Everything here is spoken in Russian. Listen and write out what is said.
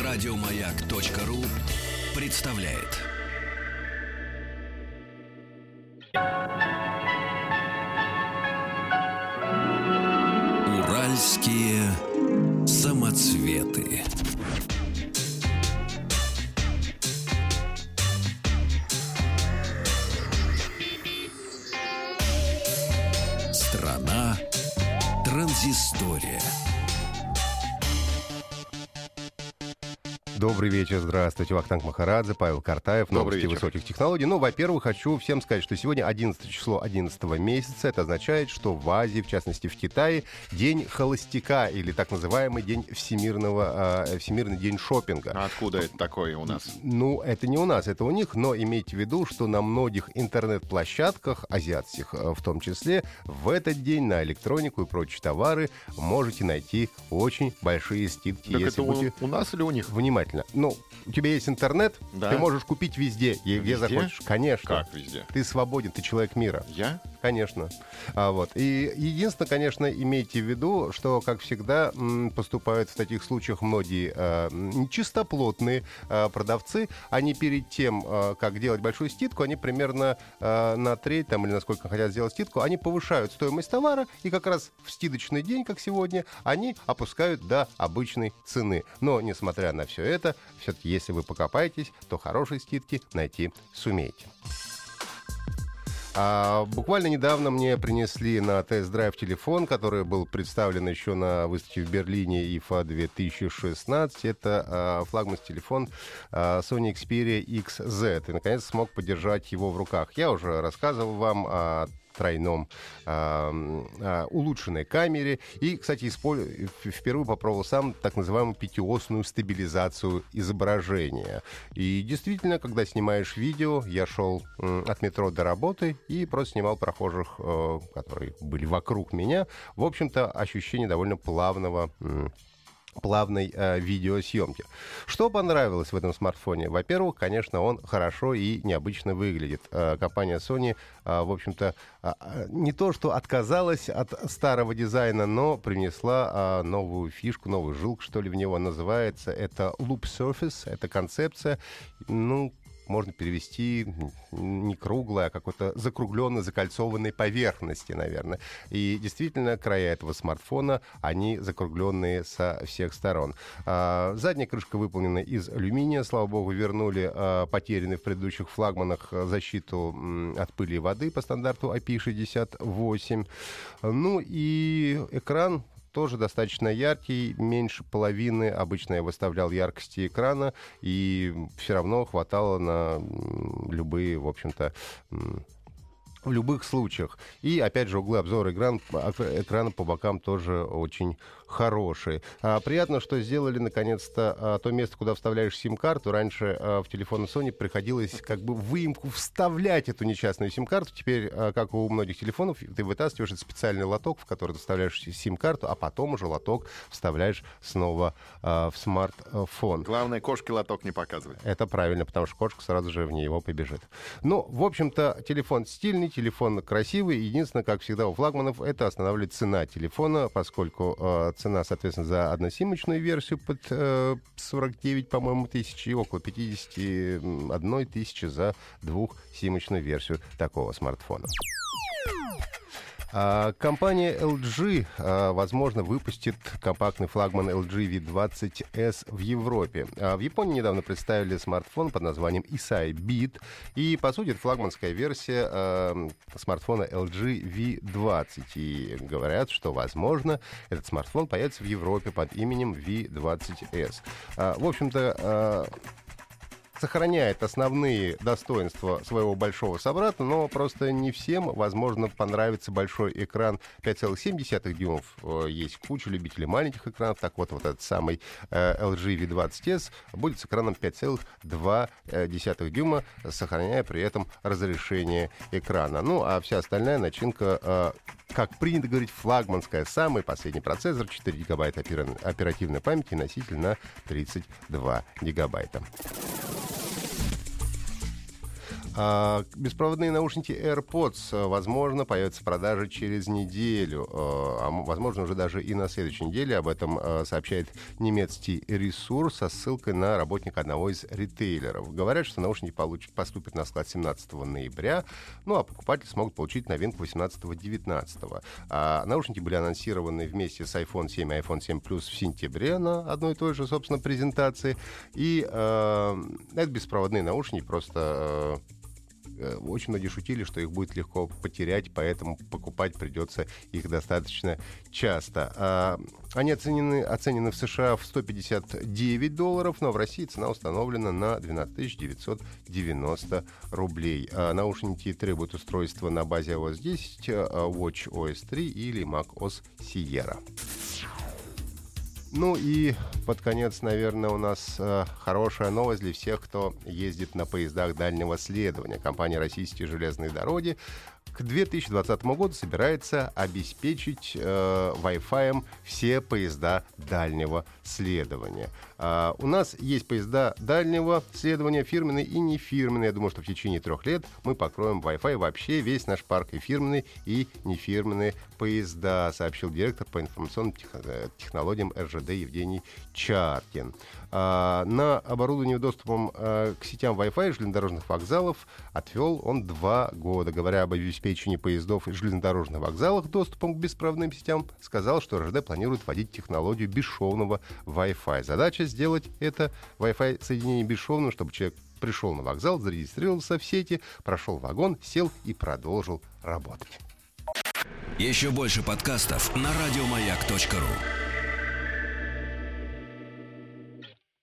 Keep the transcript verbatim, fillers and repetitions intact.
Радиомаяк.ру представляет. Уральские самоцветы. Страна транзистория. Добрый вечер, здравствуйте. Вахтанг Махарадзе, Павел Картаев, новости высоких технологий. Ну, во-первых, хочу всем сказать, что сегодня одиннадцатое число одиннадцатого месяца. Это означает, что в Азии, в частности в Китае, день холостяка или так называемый день всемирного, э, всемирный день шопинга. А откуда это такое у нас? Ну, это не у нас, это у них, но имейте в виду, что на многих интернет-площадках, азиатских э, в том числе, в этот день на электронику и прочие товары можете найти очень большие скидки. Так если это будете у, у нас или у них? Внимательно. Ну, у тебя есть интернет, да. Ты можешь купить везде, где везде? захочешь. Конечно. Как везде? Ты свободен, ты человек мира. Я? Конечно. А, вот. И единственное, конечно, имейте в виду, что, как всегда, м, поступают в таких случаях многие э, нечистоплотные э, продавцы. Они перед тем, э, как делать большую скидку, они примерно э, на треть там, или насколько хотят сделать скидку, они повышают стоимость товара, и как раз в скидочный день, как сегодня, они опускают до обычной цены. Но, несмотря на все это, все-таки, если вы покопаетесь, то хорошие скидки найти сумеете. А буквально недавно мне принесли на тест-драйв телефон, который был представлен еще на выставке в Берлине ай эф эй две тысячи шестнадцать. Это а, флагманский телефон а, Sony Xperia икс зет. И, наконец, смог подержать его в руках. Я уже рассказывал вам о тройном а, а, улучшенной камере. И, кстати, исполь... впервые попробовал сам так называемую пятиосную стабилизацию изображения. И действительно, когда снимаешь видео, я шел м, от метро до работы и просто снимал прохожих, э, которые были вокруг меня. В общем-то, ощущение довольно плавного... М, плавной э, видеосъемки. Что понравилось в этом смартфоне? Во-первых, конечно, он хорошо и необычно выглядит. Э, компания Sony, э, в общем-то, э, не то что отказалась от старого дизайна, но принесла э, новую фишку, новую жилку, что ли, в него называется. Это Loop Surface, это концепция, ну, можно перевести не круглая, а какой-то закругленной, закольцованной поверхности, наверное. И действительно, края этого смартфона, они закругленные со всех сторон. А, задняя крышка выполнена из алюминия. Слава богу, вернули а, потерянный в предыдущих флагманах защиту м, от пыли и воды по стандарту ай пи шестьдесят восемь. Ну и экран тоже достаточно яркий, меньше половины. Обычно я выставлял яркости экрана, и все равно хватало на любые, в общем-то, в любых случаях. И, опять же, углы обзора экран, экрана по бокам тоже очень хорошие. А, приятно, что сделали, наконец-то, а, то место, куда вставляешь сим-карту. Раньше а, в телефоны Sony приходилось как бы в выемку вставлять эту несчастную сим-карту. Теперь, а, как у многих телефонов, ты вытаскиваешь этот специальный лоток, в который ты вставляешь сим-карту, а потом уже лоток вставляешь снова а, в смартфон. Главное, кошке лоток не показывать. Это правильно, потому что кошка сразу же в него побежит. Ну, в общем-то, телефон стильный, телефон красивый. Единственное, как всегда у флагманов, это останавливает цена телефона, поскольку э, цена, соответственно, за односимочную версию под э, сорок девять, по-моему, тысяч и около пятьдесят одна тысяча за двухсимочную версию такого смартфона. А, компания эл джи, а, возможно, выпустит компактный флагман эл джи ви двадцать эс в Европе. А в Японии недавно представили смартфон под названием Isai Beat. И, по сути, это флагманская версия а, смартфона эл джи ви двадцать. И говорят, что, возможно, этот смартфон появится в Европе под именем ви двадцать эс. А, в общем-то... А, сохраняет основные достоинства своего большого собрата, но просто не всем, возможно, понравится большой экран пять целых семь десятых дюймов. Есть куча любителей маленьких экранов. Так вот, вот этот самый эл джи ви двадцать эс будет с экраном пять целых два десятых дюйма, сохраняя при этом разрешение экрана. Ну, а вся остальная начинка, как принято говорить, флагманская. Самый последний процессор, четыре гигабайта оперативной памяти, носитель на тридцать два гигабайта. А, беспроводные наушники AirPods, возможно, появятся в продаже через неделю, а возможно, уже даже и на следующей неделе. Об этом сообщает немецкий ресурс со ссылкой на работника одного из ритейлеров. Говорят, что наушники получат, поступят на склад семнадцатого ноября, ну а покупатели смогут получить новинку восемнадцатого-девятнадцатого. А наушники были анонсированы вместе с iPhone семь и iPhone семь Plus в сентябре на одной и той же, собственно, презентации. И э, это беспроводные наушники, просто... Э, Очень многие шутили, что их будет легко потерять, поэтому покупать придется их достаточно часто. Они оценены, оценены в США в сто пятьдесят девять долларов, но в России цена установлена на двенадцать тысяч девятьсот девяносто рублей. Наушники требуют устройства на базе ай о эс десять, watch о эс три или macOS Sierra. Ну и под конец, наверное, у нас э, хорошая новость для всех, кто ездит на поездах дальнего следования. Компания «Российские железные дороги» к две тысячи двадцатому году собирается обеспечить э, Wi-Fi все поезда дальнего следования. Э, у нас есть поезда дальнего следования, фирменные и нефирменные. Я думаю, что в течение трех лет мы покроем Wi-Fi вообще весь наш парк, и фирменные, и нефирменные поезда, сообщил директор по информационным тех, технологиям эр жэ дэ Евгений Чаркин. Э, на оборудование доступом э, к сетям Wi-Fi железнодорожных вокзалов отвел он два года. Говоря об обеспечении поездов и железнодорожных вокзалах доступом к беспроводным сетям, сказал, что эр жэ дэ планирует вводить технологию бесшовного Wi-Fi. Задача сделать это Wi-Fi соединение бесшовным, чтобы человек пришел на вокзал, зарегистрировался в сети, прошел вагон, сел и продолжил работать. Еще больше подкастов на радиомаяк точка ру.